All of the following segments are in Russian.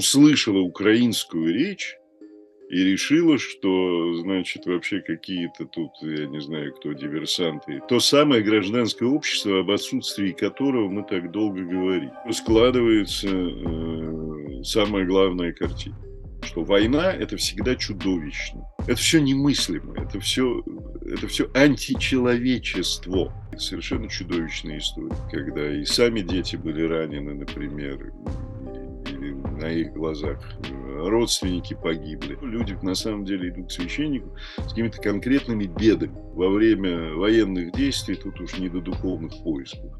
услышала украинскую речь и решила, что, значит, вообще какие-то тут, я не знаю, кто, диверсанты. То самое гражданское общество, об отсутствии которого мы так долго говорим. Складывается самая главная картина, что война – это всегда чудовищно. Это все немыслимо, это все античеловечество. Это совершенно чудовищная история, когда и сами дети были ранены, например, или на их глазах родственники погибли. Люди на самом деле идут к священнику с какими-то конкретными бедами. Во время военных действий тут уж не до духовных поисков.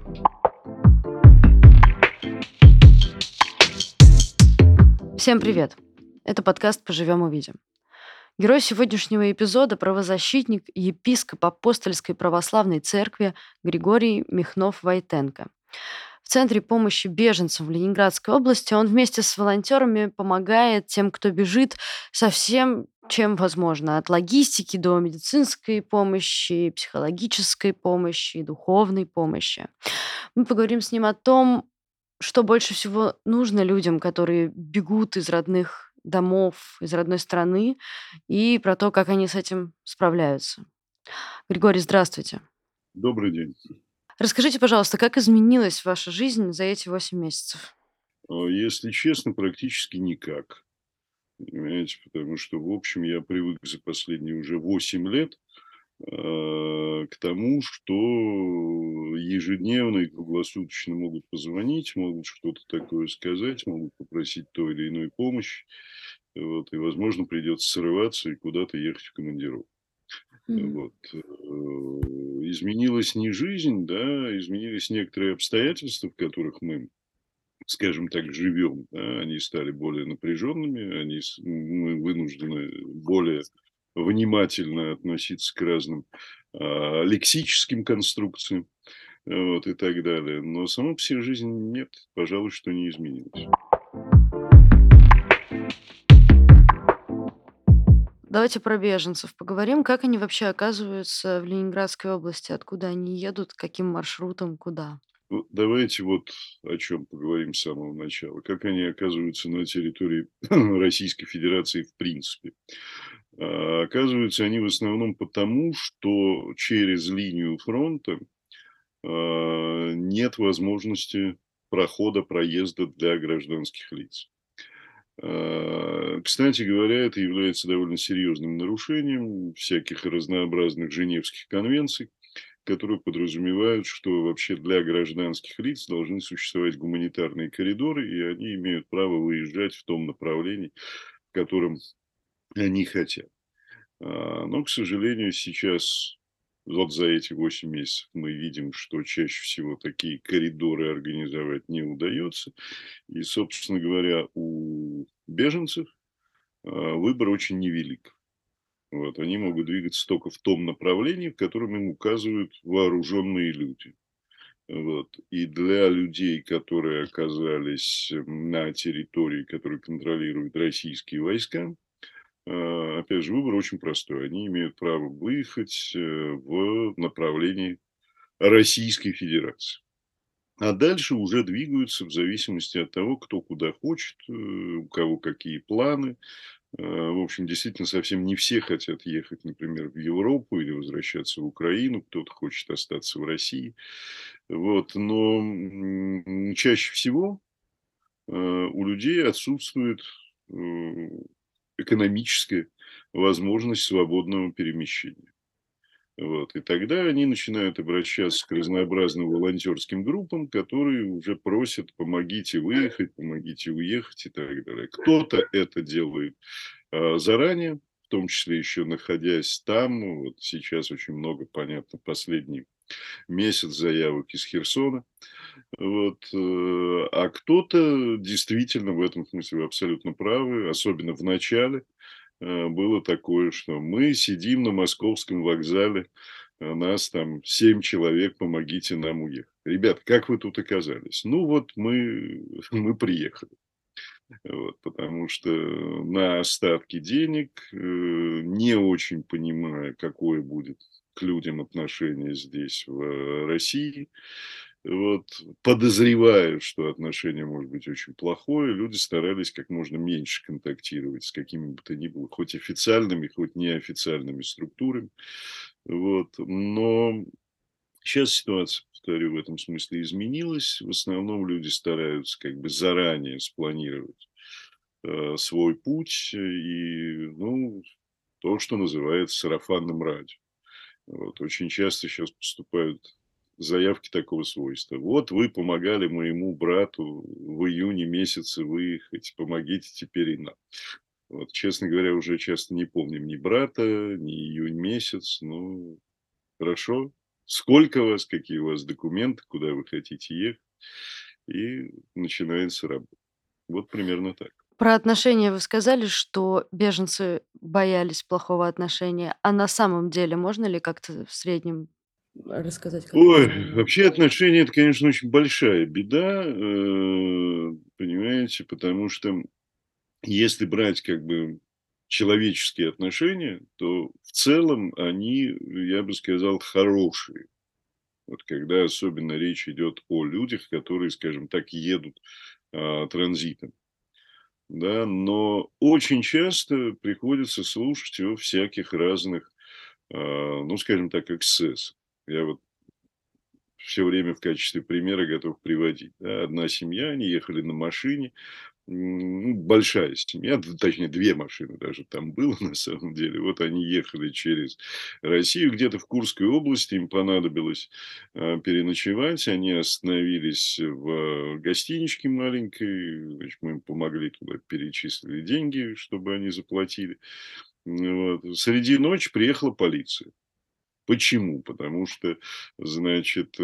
Всем привет! Это подкаст «Поживем увидим». Герой сегодняшнего эпизода – правозащитник и епископ Апостольской православной церкви Григорий Михнов-Войтенко. В Центре помощи беженцам в Ленинградской области он вместе с волонтерами помогает тем, кто бежит, со всем, чем возможно, от логистики до медицинской помощи, психологической помощи, духовной помощи. Мы поговорим с ним о том, что больше всего нужно людям, которые бегут из родных домов, из родной страны, и про то, как они с этим справляются. Григорий, здравствуйте. Добрый день. Расскажите, пожалуйста, как изменилась ваша жизнь за эти 8 месяцев? Если честно, практически никак. Понимаете, потому что, в общем, я привык за последние уже 8 лет к тому, что ежедневно и круглосуточно могут позвонить, могут что-то такое сказать, могут попросить той или иной помощи. Вот, и, возможно, придется срываться и куда-то ехать в командировку. Мгм. Вот. Изменилась не жизнь, да, изменились некоторые обстоятельства, в которых мы, скажем так, живем. Да, они стали более напряженными, мы вынуждены более внимательно относиться к разным лексическим конструкциям, вот, и так далее. Но сама по себе жизнь нет, пожалуй, что не изменилась. Давайте про беженцев поговорим. Как они вообще оказываются в Ленинградской области? Откуда они едут? Каким маршрутом? Куда? Ну, давайте вот о чем поговорим с самого начала. Как они оказываются на территории Российской Федерации в принципе. Оказываются они в основном потому, что через линию фронта нет возможности прохода, проезда для гражданских лиц. Кстати говоря, это является довольно серьезным нарушением всяких разнообразных Женевских конвенций, которые подразумевают, что вообще для гражданских лиц должны существовать гуманитарные коридоры, и они имеют право выезжать в том направлении, в котором они хотят. Но, к сожалению, сейчас, вот за эти 8 месяцев мы видим, что чаще всего такие коридоры организовать не удается. И, собственно говоря, у беженцев выбор очень невелик. Вот, они могут двигаться только в том направлении, в котором им указывают вооруженные люди. Вот. И для людей, которые оказались на территории, которую контролируют российские войска, опять же, выбор очень простой. Они имеют право выехать в направлении Российской Федерации. А дальше уже двигаются в зависимости от того, кто куда хочет, у кого какие планы. В общем, действительно, совсем не все хотят ехать, например, в Европу или возвращаться в Украину. Кто-то хочет остаться в России. Вот. Но чаще всего у людей отсутствует э, экономическая возможность свободного перемещения. Вот. И тогда они начинают обращаться к разнообразным волонтерским группам, которые уже просят: помогите выехать, помогите уехать и так далее. Кто-то это делает заранее, в том числе еще находясь там. Вот сейчас очень много, понятно, последний месяц заявок из Херсона. Вот. А кто-то действительно, в этом смысле вы абсолютно правы, особенно в начале, было такое, что мы сидим на московском вокзале, нас там 7 человек, помогите нам уехать. Ребят, как вы тут оказались? Ну вот мы приехали. Вот, потому что на остатки денег, не очень понимая, какое будет к людям отношение здесь, в России. Вот, подозревая, что отношение может быть очень плохое, люди старались как можно меньше контактировать с какими бы то ни было, хоть официальными, хоть неофициальными структурами. Вот. Но сейчас ситуация, повторю, в этом смысле изменилась. В основном люди стараются как бы заранее спланировать свой путь и, ну, то, что называется сарафанным радио. Вот. Очень часто сейчас поступают заявки такого свойства. Вот вы помогали моему брату в июне месяце выехать, помогите теперь и нам. Вот, честно говоря, уже часто не помним ни брата, ни июнь месяц. Ну, хорошо. Сколько вас, какие у вас документы, куда вы хотите ехать. И начинается работа. Вот примерно так. Про отношения вы сказали, что беженцы боялись плохого отношения. А на самом деле можно ли как-то в среднем рассказать, как это Ой, изменилось? вообще отношения – это, конечно, очень большая беда, понимаете, потому что если брать как бы человеческие отношения, то в целом они, я бы сказал, хорошие. Вот когда особенно речь идет о людях, которые, скажем так, едут транзитом. Да, но очень часто приходится слушать о всяких разных, ну, скажем так, эксцессах. Я вот все время в качестве примера готов приводить. Да. Одна семья, они ехали на машине, ну, большая семья, точнее, 2 машины даже там было на самом деле. Вот они ехали через Россию, где-то в Курской области, им понадобилось переночевать. Они остановились в гостиничке маленькой, значит, мы им помогли туда, перечислили деньги, чтобы они заплатили. Вот. Среди ночи приехала полиция. Почему? Потому что, значит,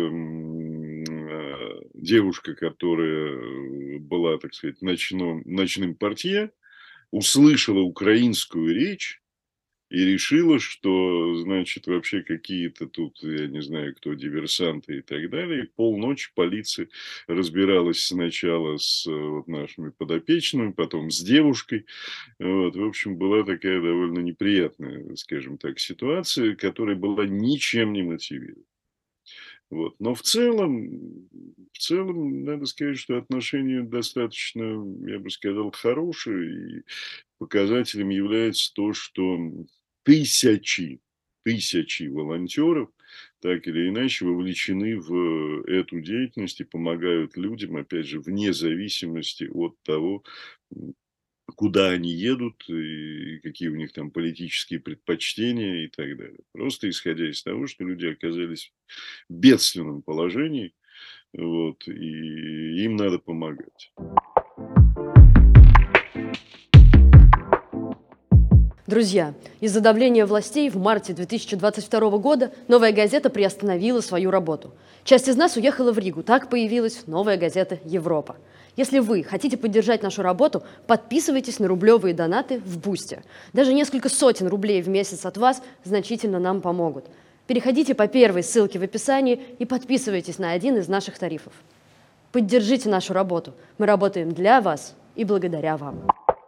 девушка, которая была, так сказать, ночным портье, услышала украинскую речь и решила, что, значит, вообще какие-то тут, я не знаю, кто, диверсанты и так далее. И полночи полиция разбиралась сначала с вот нашими подопечными, потом с девушкой. Вот, в общем, была такая довольно неприятная, скажем так, ситуация, которая была ничем не мотивирована. Вот. Но в целом, надо сказать, что отношения достаточно, я бы сказал, хорошие. И показателем является то, что тысячи, тысячи волонтеров так или иначе вовлечены в эту деятельность и помогают людям, опять же, вне зависимости от того, куда они едут и какие у них там политические предпочтения и так далее. Просто исходя из того, что люди оказались в бедственном положении, вот, и им надо помогать. Друзья, из-за давления властей в марте 2022 года «Новая газета» приостановила свою работу. Часть из нас уехала в Ригу. Так появилась «Новая газета Европа». Если вы хотите поддержать нашу работу, подписывайтесь на рублевые донаты в Бусте. Даже несколько сотен рублей в месяц от вас значительно нам помогут. Переходите по первой ссылке в описании и подписывайтесь на один из наших тарифов. Поддержите нашу работу. Мы работаем для вас и благодаря вам.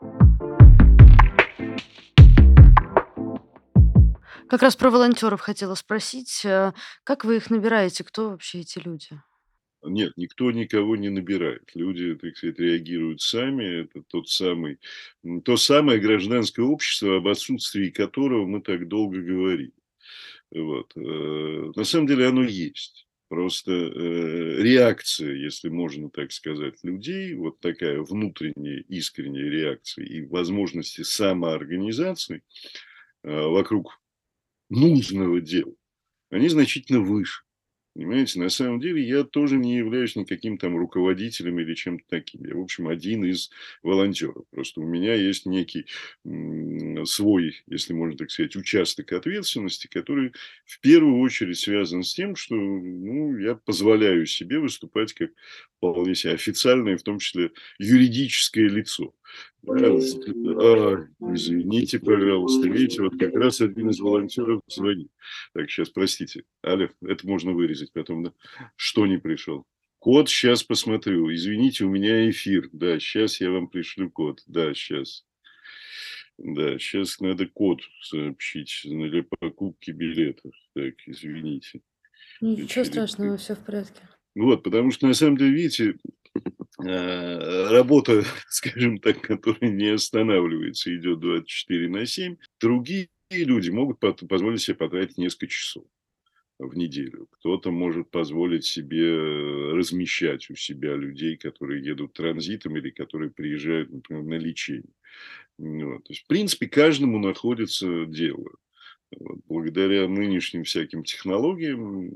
Как раз про волонтеров хотела спросить. Как вы их набираете? Кто вообще эти люди? Нет, никто никого не набирает. Люди, так сказать, реагируют сами. Это то самое гражданское общество, об отсутствии которого мы так долго говорим. Вот. На самом деле оно есть. Просто реакция, если можно так сказать, людей, вот такая внутренняя, искренняя реакция и возможности самоорганизации вокруг нужного дела, они значительно выше. Понимаете, на самом деле я тоже не являюсь никаким там руководителем или чем-то таким. Я, в общем, один из волонтеров. Просто у меня есть некий свой, если можно так сказать, участок ответственности, который в первую очередь связан с тем, что ну, я позволяю себе выступать как вполне себе официальное, в том числе юридическое лицо. Извините, пожалуйста. Видите, вот как раз один из волонтеров звонит. Так, сейчас, простите. Алло, это можно вырезать потом, да? Что не пришел? Код сейчас посмотрю. Извините, у меня эфир. Да, сейчас я вам пришлю код. Да, сейчас. Да, сейчас надо код сообщить для покупки билетов. Так, извините. Ничего Очередной. страшного, все в порядке. Вот, потому что, на самом деле, видите, работа, скажем так, которая не останавливается, идет 24/7. Другие люди могут позволить себе потратить несколько часов в неделю. Кто-то может позволить себе размещать у себя людей, которые едут транзитом или которые приезжают, например, на лечение. Вот. То есть, в принципе, каждому находится дело. Вот. Благодаря нынешним всяким технологиям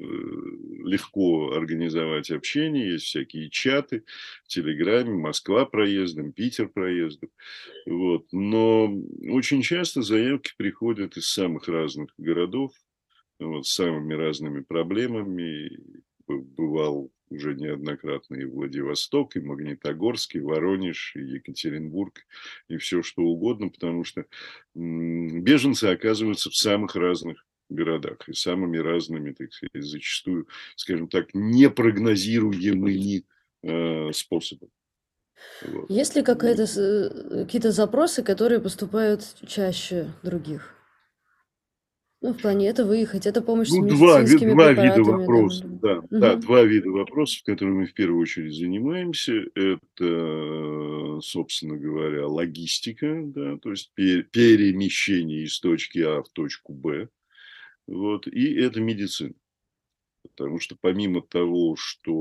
легко организовать общение, есть всякие чаты в Телеграме, Москва проездом, Питер проездом. Вот. Но очень часто заявки приходят из самых разных городов, вот, с самыми разными проблемами. Бывал уже неоднократно и Владивосток, и Магнитогорск, и Воронеж, и Екатеринбург, и все что угодно, потому что беженцы оказываются в самых разных городах и самыми разными, так сказать, зачастую, скажем так, непрогнозируемыми способами. Вот. Есть ли какие-то запросы, которые поступают чаще других? Ну, в плане это выехать, это помощь с Ну, медицинскими два вида препаратами, да, вопросов, например. да, да, Мгм. два вида вопросов, которыми мы в первую очередь занимаемся. Это, собственно говоря, логистика, да, то есть перемещение из точки А в точку Б. Вот, и это медицина. Потому что помимо того,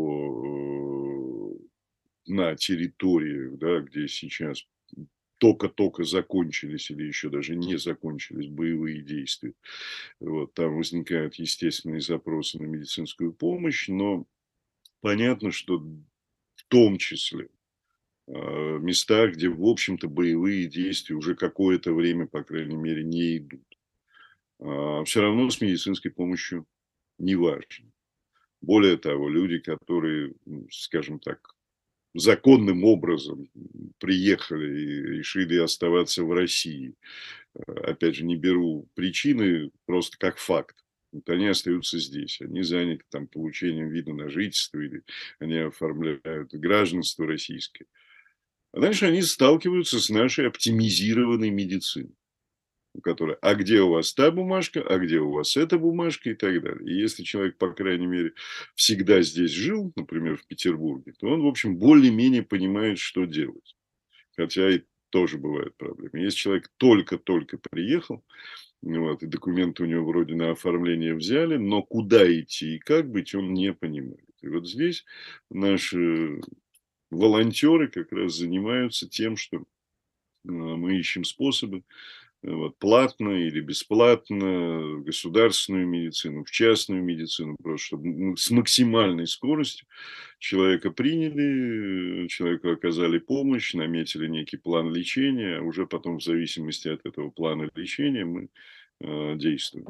что на территории, да, где сейчас только-только закончились или еще даже не закончились боевые действия, вот, там возникают естественные запросы на медицинскую помощь, но понятно, что в том числе местах, где, в общем-то, боевые действия уже какое-то время, по крайней мере, не идут. Все равно с медицинской помощью не важно. Более того, люди, которые, скажем так, законным образом приехали и решили оставаться в России, опять же, не беру причины, просто как факт. Вот они остаются здесь, они заняты там получением вида на жительство или они оформляют гражданство российское. А дальше они сталкиваются с нашей оптимизированной медициной, у которой, а где у вас та бумажка, а где у вас эта бумажка и так далее. И если человек, по крайней мере, всегда здесь жил, например, в Петербурге, то он, в общем, более-менее понимает, что делать. Хотя и тоже бывают проблемы. Если человек только-только приехал, вот, и документы у него вроде на оформление взяли, но куда идти и как быть, он не понимает. И вот здесь наши волонтеры как раз занимаются тем, что мы ищем способы вот, платно или бесплатно в государственную медицину, в частную медицину, просто чтобы с максимальной скоростью человека приняли, человеку оказали помощь, наметили некий план лечения, а уже потом в зависимости от этого плана лечения мы действуем.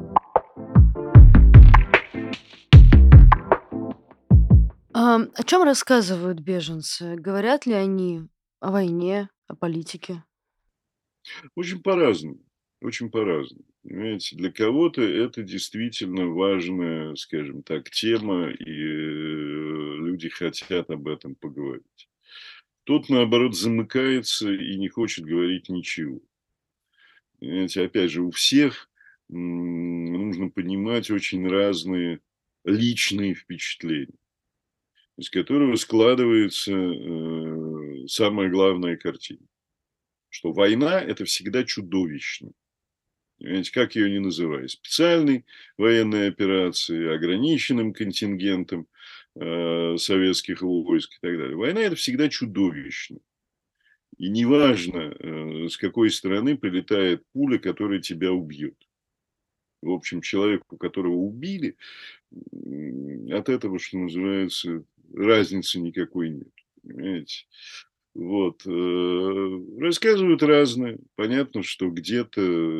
О чем рассказывают беженцы? Говорят ли они о войне, о политике? Очень по-разному. Очень по-разному. Понимаете, для кого-то это действительно важная, скажем так, тема, и люди хотят об этом поговорить. Тот, наоборот, замыкается и не хочет говорить ничего. Понимаете, опять же, у всех нужно понимать очень разные личные впечатления, из которого складывается самая главная картина, что война – это всегда чудовищно. Понимаете, как ее не называй. Специальной военной операции, ограниченным контингентом советских войск и так далее. Война – это всегда чудовищно. И неважно, с какой стороны прилетает пуля, которая тебя убьет. В общем, человеку, которого убили, от этого, что называется, разницы никакой нет. Понимаете? Вот. Рассказывают разное. Понятно, что где-то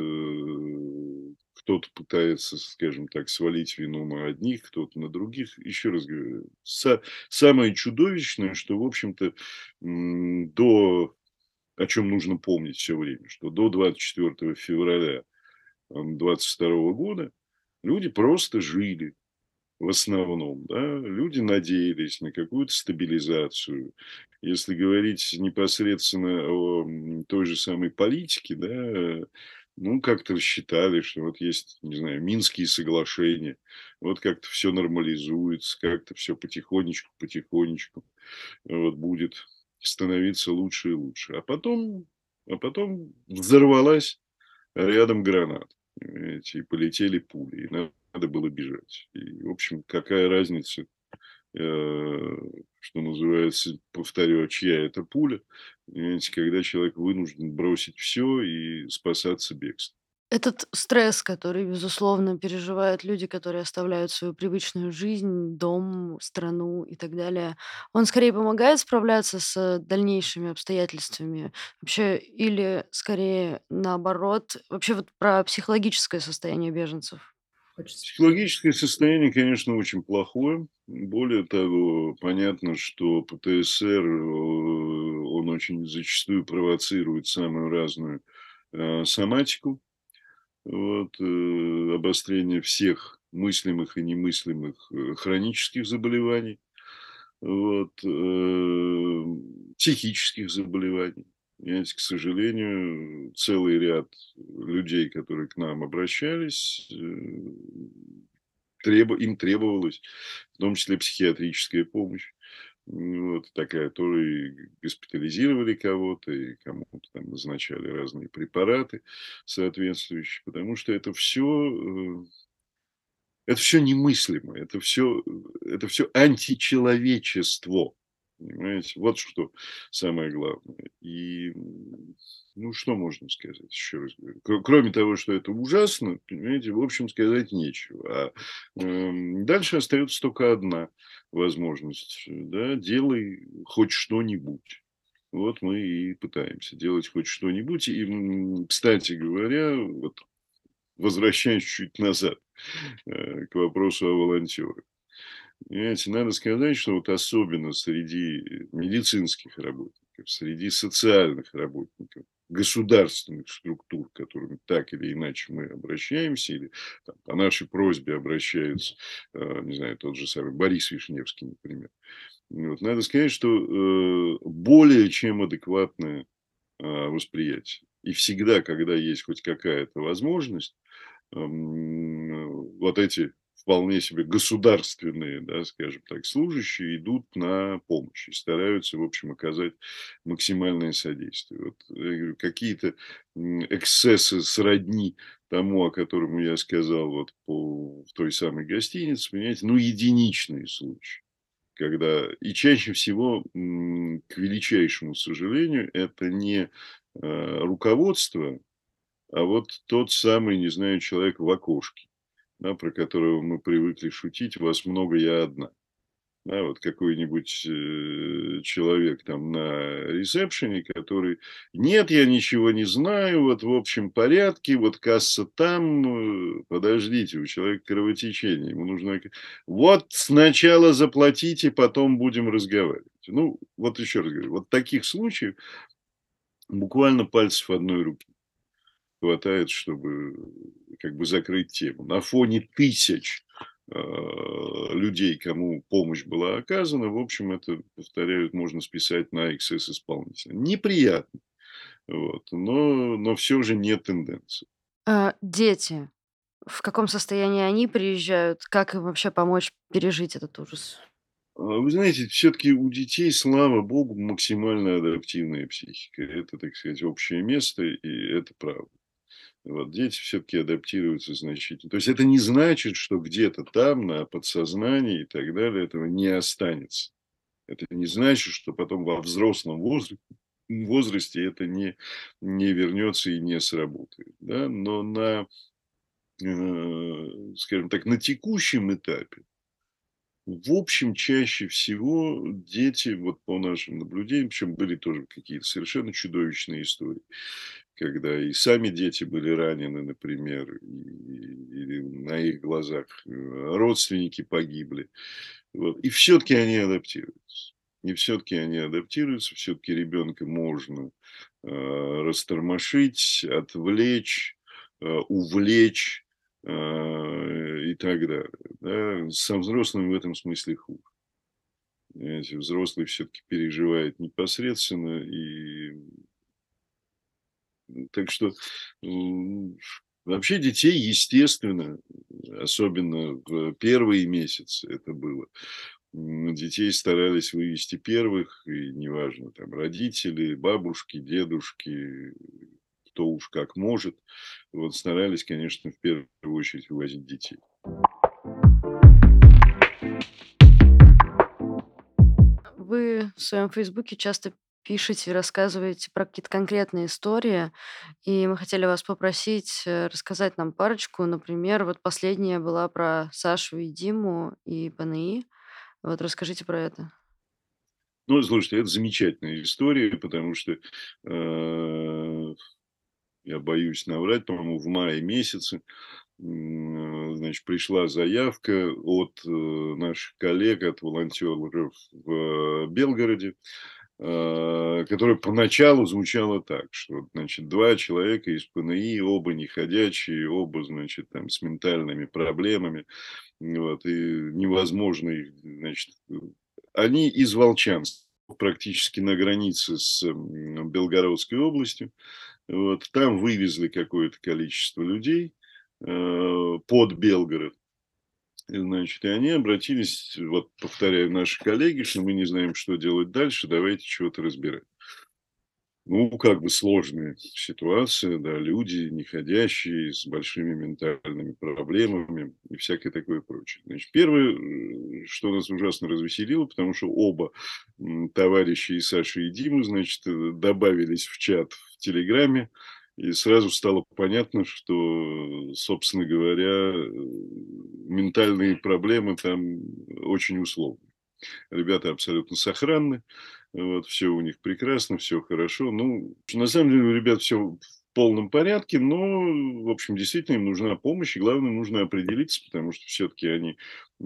кто-то пытается, скажем так, свалить вину на одних, кто-то на других. Еще раз говорю, самое чудовищное, что, в общем-то, до о чем нужно помнить все время, что до 24 февраля 22 года люди просто жили в основном, да, люди надеялись на какую-то стабилизацию. Если говорить непосредственно о той же самой политике, да, Ну, как-то рассчитали, что вот есть, не знаю, Минские соглашения, вот как-то все нормализуется, как-то все потихонечку, потихонечку вот будет становиться лучше и лучше. А потом взорвалась рядом граната, понимаете, и полетели пули, и надо было бежать. И, в общем, какая разница, что называется, повторю, чья это пуля, понимаете, когда человек вынужден бросить все и спасаться бегством. Этот стресс, который, безусловно, переживают люди, которые оставляют свою привычную жизнь, дом, страну и так далее, он скорее помогает справляться с дальнейшими обстоятельствами вообще или скорее наоборот? Вообще вот про психологическое состояние беженцев хочется. Психологическое состояние, конечно, очень плохое. Более того, понятно, что ПТСР, он очень зачастую провоцирует самую разную соматику, вот, обострение всех мыслимых и немыслимых хронических заболеваний, вот, психических заболеваний. Понимаете, к сожалению, целый ряд людей, которые к нам обращались, им требовалась, в том числе психиатрическая помощь. Вот такая, то и госпитализировали кого-то, и кому-то там назначали разные препараты соответствующие, потому что это все немыслимо, это все античеловечество. Понимаете? Вот что самое главное. И, ну, что можно сказать, еще раз говорю. Кроме того, что это ужасно, понимаете, в общем, сказать нечего. Дальше остается только одна возможность. Да, делай хоть что-нибудь. Вот мы и пытаемся делать хоть что-нибудь. И, кстати говоря, вот возвращаясь чуть назад, к вопросу о волонтерах. Понимаете, надо сказать, что вот особенно среди медицинских работников, среди социальных работников, государственных структур, к которым так или иначе мы обращаемся, или там, по нашей просьбе обращаются, не знаю, тот же самый Борис Вишневский, например. Вот, надо сказать, что более чем адекватное восприятие. И всегда, когда есть хоть какая-то возможность, вот эти вполне себе государственные, да, скажем так, служащие идут на помощь и стараются, в общем, оказать максимальное содействие. Вот, я говорю, какие-то эксцессы сродни тому, о котором я сказал вот в той самой гостинице, понимаете, ну, единичные случаи. Когда, и чаще всего, к величайшему сожалению, это не руководство, а вот тот самый, не знаю, человек в окошке, да, про которого мы привыкли шутить: "Вас много, я одна". Да, вот какой-нибудь, человек там на ресепшене, который: "Нет, я ничего не знаю, вот в общем порядке, вот касса там". Подождите, у человека кровотечение, ему нужно "Вот сначала заплатите, потом будем разговаривать". Ну, вот еще раз говорю, вот таких случаев буквально пальцев одной руки хватает, чтобы как бы закрыть тему. На фоне тысяч людей, кому помощь была оказана, в общем, это, повторяю, можно списать на эксцесс исполнителя. Неприятно, вот, но все же нет тенденции. Дети, в каком состоянии они приезжают? Как им вообще помочь пережить этот ужас? Вы знаете, все-таки у детей, слава богу, максимально адаптивная психика. Это, так сказать, общее место, и это правда. Вот, дети все-таки адаптируются значительно. То есть это не значит, что где-то там, на подсознании и так далее, этого не останется. Это не значит, что потом во взрослом возрасте это не вернется и не сработает. Да? Но скажем так, на текущем этапе, в общем, чаще всего дети, вот по нашим наблюдениям, причем были тоже какие-то совершенно чудовищные истории, когда и сами дети были ранены, например, или на их глазах родственники погибли. Вот. И все-таки они адаптируются. И все-таки они адаптируются, все-таки ребенка можно растормошить, отвлечь, увлечь и так далее. Да. Со взрослыми в этом смысле хуже. Понимаете, взрослый все-таки переживает непосредственно, и так что М, Вообще детей, естественно, особенно в первые месяцы это было, детей старались вывести первых, и неважно, там родители, бабушки, дедушки, кто уж как может. Вот старались, конечно, в первую очередь вывозить детей. Вы в своем "Фейсбуке" часто пишете и рассказываете про какие-то конкретные истории, и мы хотели вас попросить, рассказать нам парочку. Например, вот последняя была про Сашу и Диму и ПНИ. Вот расскажите про это. Ну, слушайте, это замечательная история, потому что, я боюсь наврать, по-моему, в мае месяце, значит, пришла заявка от наших коллег, от волонтеров в Белгороде, которая поначалу звучала так, что, вот, значит, два человека из ПНИ, оба неходячие, оба, значит, там, с ментальными проблемами, вот, и невозможно их, значит, они из Волчанска, практически на границе с Белгородской областью. Вот, там вывезли какое-то количество людей под Белгород. И, значит, и они обратились, вот повторяю, наши коллеги, что мы не знаем, что делать дальше, давайте чего-то разбирать. Ну, как бы сложная ситуация, да, люди, неходящие, с большими ментальными проблемами и всякое такое прочее. Значит, первое, что нас ужасно развеселило, потому что оба товарища, и Саша, и Дима, значит, добавились в чат в Телеграме, и сразу стало понятно, что, собственно говоря, ментальные проблемы там очень условны. Ребята абсолютно сохранны. Вот, все у них прекрасно, все хорошо. Ну, на самом деле у ребят все в полном порядке, но, в общем, действительно им нужна помощь, и главное, нужно определиться, потому что все-таки они,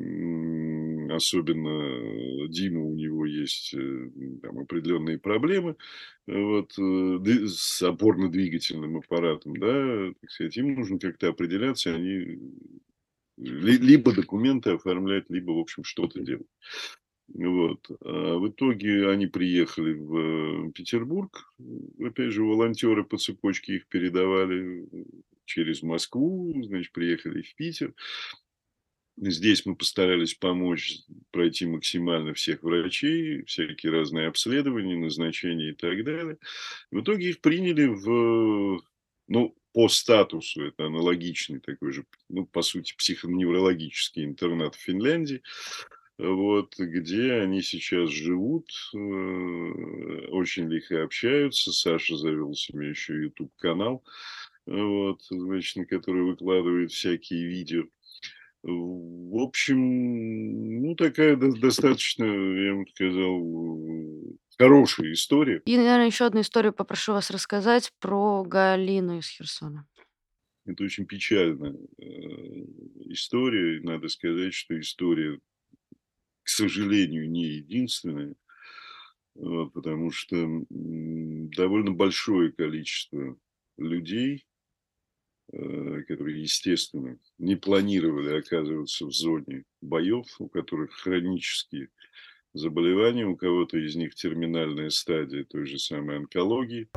особенно Дима, у него есть там определенные проблемы вот, с опорно-двигательным аппаратом, да, так сказать, им нужно как-то определяться, они либо документы оформлять, либо, в общем, что-то делать. Вот. А в итоге они приехали в Петербург. Опять же, волонтеры по цепочке их передавали через Москву, значит, приехали в Питер. Здесь мы постарались помочь пройти максимально всех врачей, всякие разные обследования, назначения и так далее. В итоге их приняли ну, по статусу, это аналогичный такой же, ну, по сути, психоневрологический интернат в Финляндии, вот, где они сейчас живут, очень лихо общаются. Саша завел себе еще YouTube-канал, вот, значит, на который выкладывает всякие видео. В общем, ну, такая достаточно, я бы сказал, хорошая история. И, наверное, еще одну историю попрошу вас рассказать про Галину из Херсона. Это очень печальная история. И надо сказать, что история, к сожалению, не единственная. Вот, потому что довольно большое количество людей, которые, естественно, не планировали оказываться в зоне боев, у которых хронические заболевания, у кого-то из них терминальная стадия той же самой онкологии.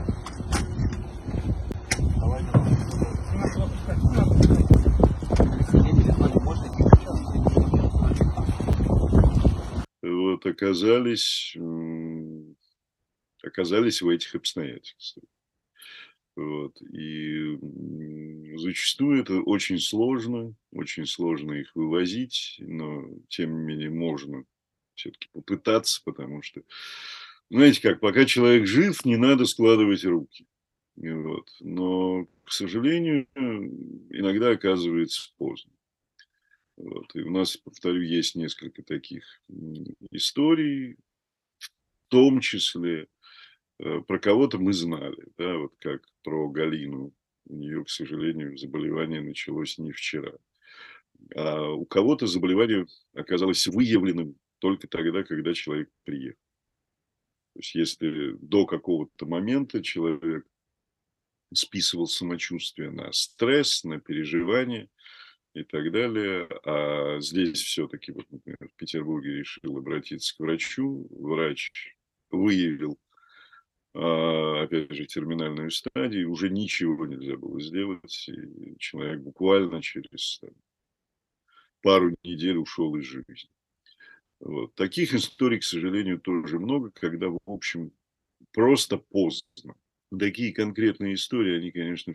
Вот, оказались в этих обстоятельствах. Вот. И зачастую это очень сложно их вывозить, но тем не менее можно все-таки попытаться, потому что, знаете как, пока человек жив, не надо складывать руки. Вот. Но, к сожалению, иногда оказывается поздно. Вот. И у нас, повторю, есть несколько таких историй, в том числе про кого-то мы знали, да, вот как про Галину. У нее, к сожалению, заболевание началось не вчера. А у кого-то заболевание оказалось выявленным только тогда, когда человек приехал. То есть, если до какого-то момента человек списывал самочувствие на стресс, на переживание и так далее, а здесь все-таки, вот, например, в Петербурге решил обратиться к врачу, врач выявил опять же, терминальную стадию, уже ничего нельзя было сделать, и человек буквально через пару недель ушел из жизни. Вот. Таких историй, к сожалению, тоже много, когда, в общем, просто поздно. Такие конкретные истории, они, конечно,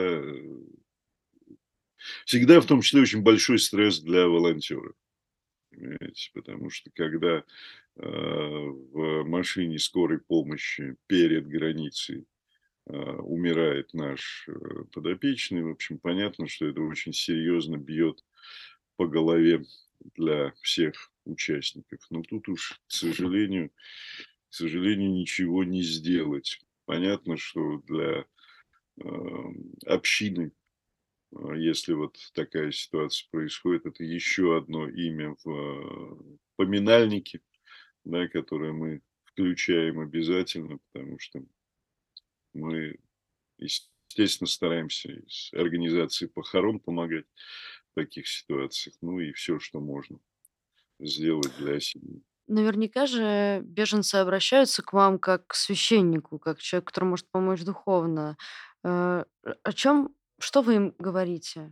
всегда в том числе очень большой стресс для волонтеров. Понимаете? Потому что когда в машине скорой помощи перед границей умирает наш подопечный, в общем, понятно, что это очень серьезно бьет по голове для всех участников. Но тут уж, к сожалению, ничего не сделать. Понятно, что для общины, если вот такая ситуация происходит, это еще одно имя в поминальнике, да, которое мы включаем обязательно, потому что мы, естественно, стараемся с организацией похорон помогать в таких ситуациях, ну и все, что можно сделать для семьи. Наверняка же беженцы обращаются к вам как к священнику, как человек, который может помочь духовно. О чем, что вы им говорите?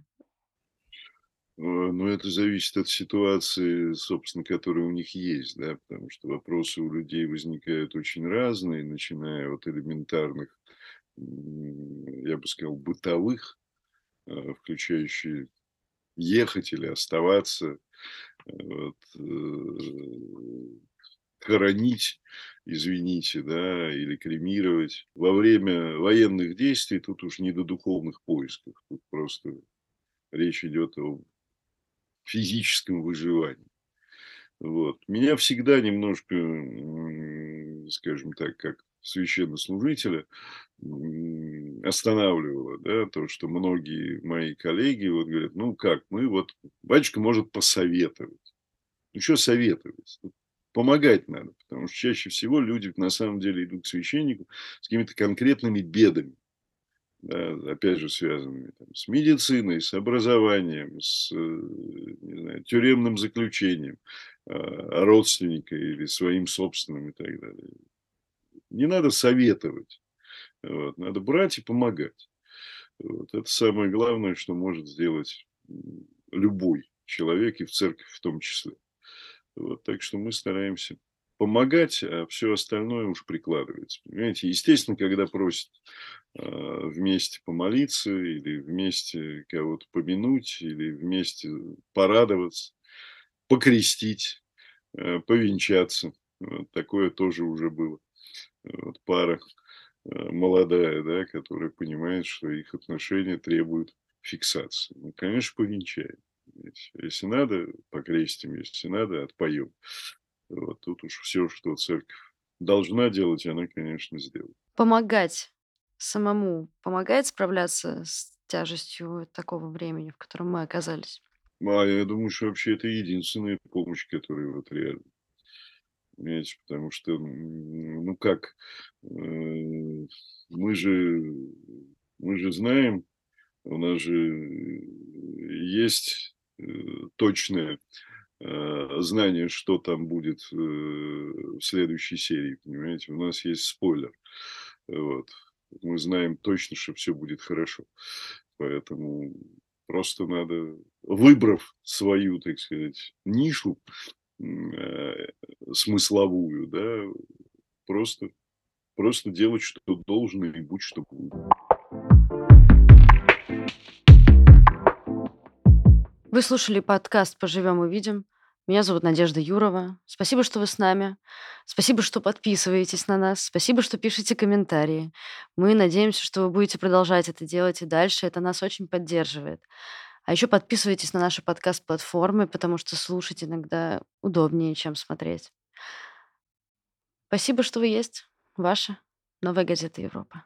Но это зависит от ситуации, собственно, которая у них есть, да, потому что вопросы у людей возникают очень разные, начиная от элементарных, я бы сказал, бытовых, включающие ехать или оставаться, вот, хоронить, извините, да, или кремировать. Во время военных действий тут уж не до духовных поисков, тут просто речь идет о физическом выживании. Вот. Меня всегда немножко, скажем так, как священнослужителя, останавливало, да, то, что многие мои коллеги вот говорят, ну как, мы вот, батюшка может посоветовать. Ну, что советовать? Тут помогать надо, потому что чаще всего люди на самом деле идут к священнику с какими-то конкретными бедами. Да, опять же, связанными там, с медициной, с образованием, с не знаю, тюремным заключением родственника или своим собственным и так далее. Не надо советовать, вот, надо брать и помогать. Вот. Это самое главное, что может сделать любой человек, и в церкви в том числе. Вот, так что мы стараемся помогать, а все остальное уж прикладывается. Понимаете, естественно, когда просят вместе помолиться или вместе кого-то помянуть, или вместе порадоваться, покрестить, повенчаться. Вот такое тоже уже было. Вот пара молодая, да, которая понимает, что их отношения требуют фиксации. Ну, конечно, повенчаем. Если надо, покрестим, если надо, отпоем. Вот тут уж все, что церковь должна делать, она, конечно, сделает. Помогать самому помогает справляться с тяжестью такого времени, в котором мы оказались? Я думаю, что вообще это единственная помощь, которая вот реально, понимаете, потому что, ну как, мы же мы же знаем, у нас же есть, точное, знание, что там будет, в следующей серии, понимаете? У нас есть спойлер. Вот. Мы знаем точно, что все будет хорошо. Поэтому просто надо, выбрав свою, так сказать, нишу, м, э, смысловую, да, просто просто делать, что должно, и будь что будет. Вы слушали подкаст «Поживем увидим». Меня зовут Надежда Юрова. Спасибо, что вы с нами. Спасибо, что подписываетесь на нас. Спасибо, что пишете комментарии. Мы надеемся, что вы будете продолжать это делать и дальше. Это нас очень поддерживает. А еще подписывайтесь на наши подкаст-платформы, потому что слушать иногда удобнее, чем смотреть. Спасибо, что вы есть. Ваша Новая газета Европа.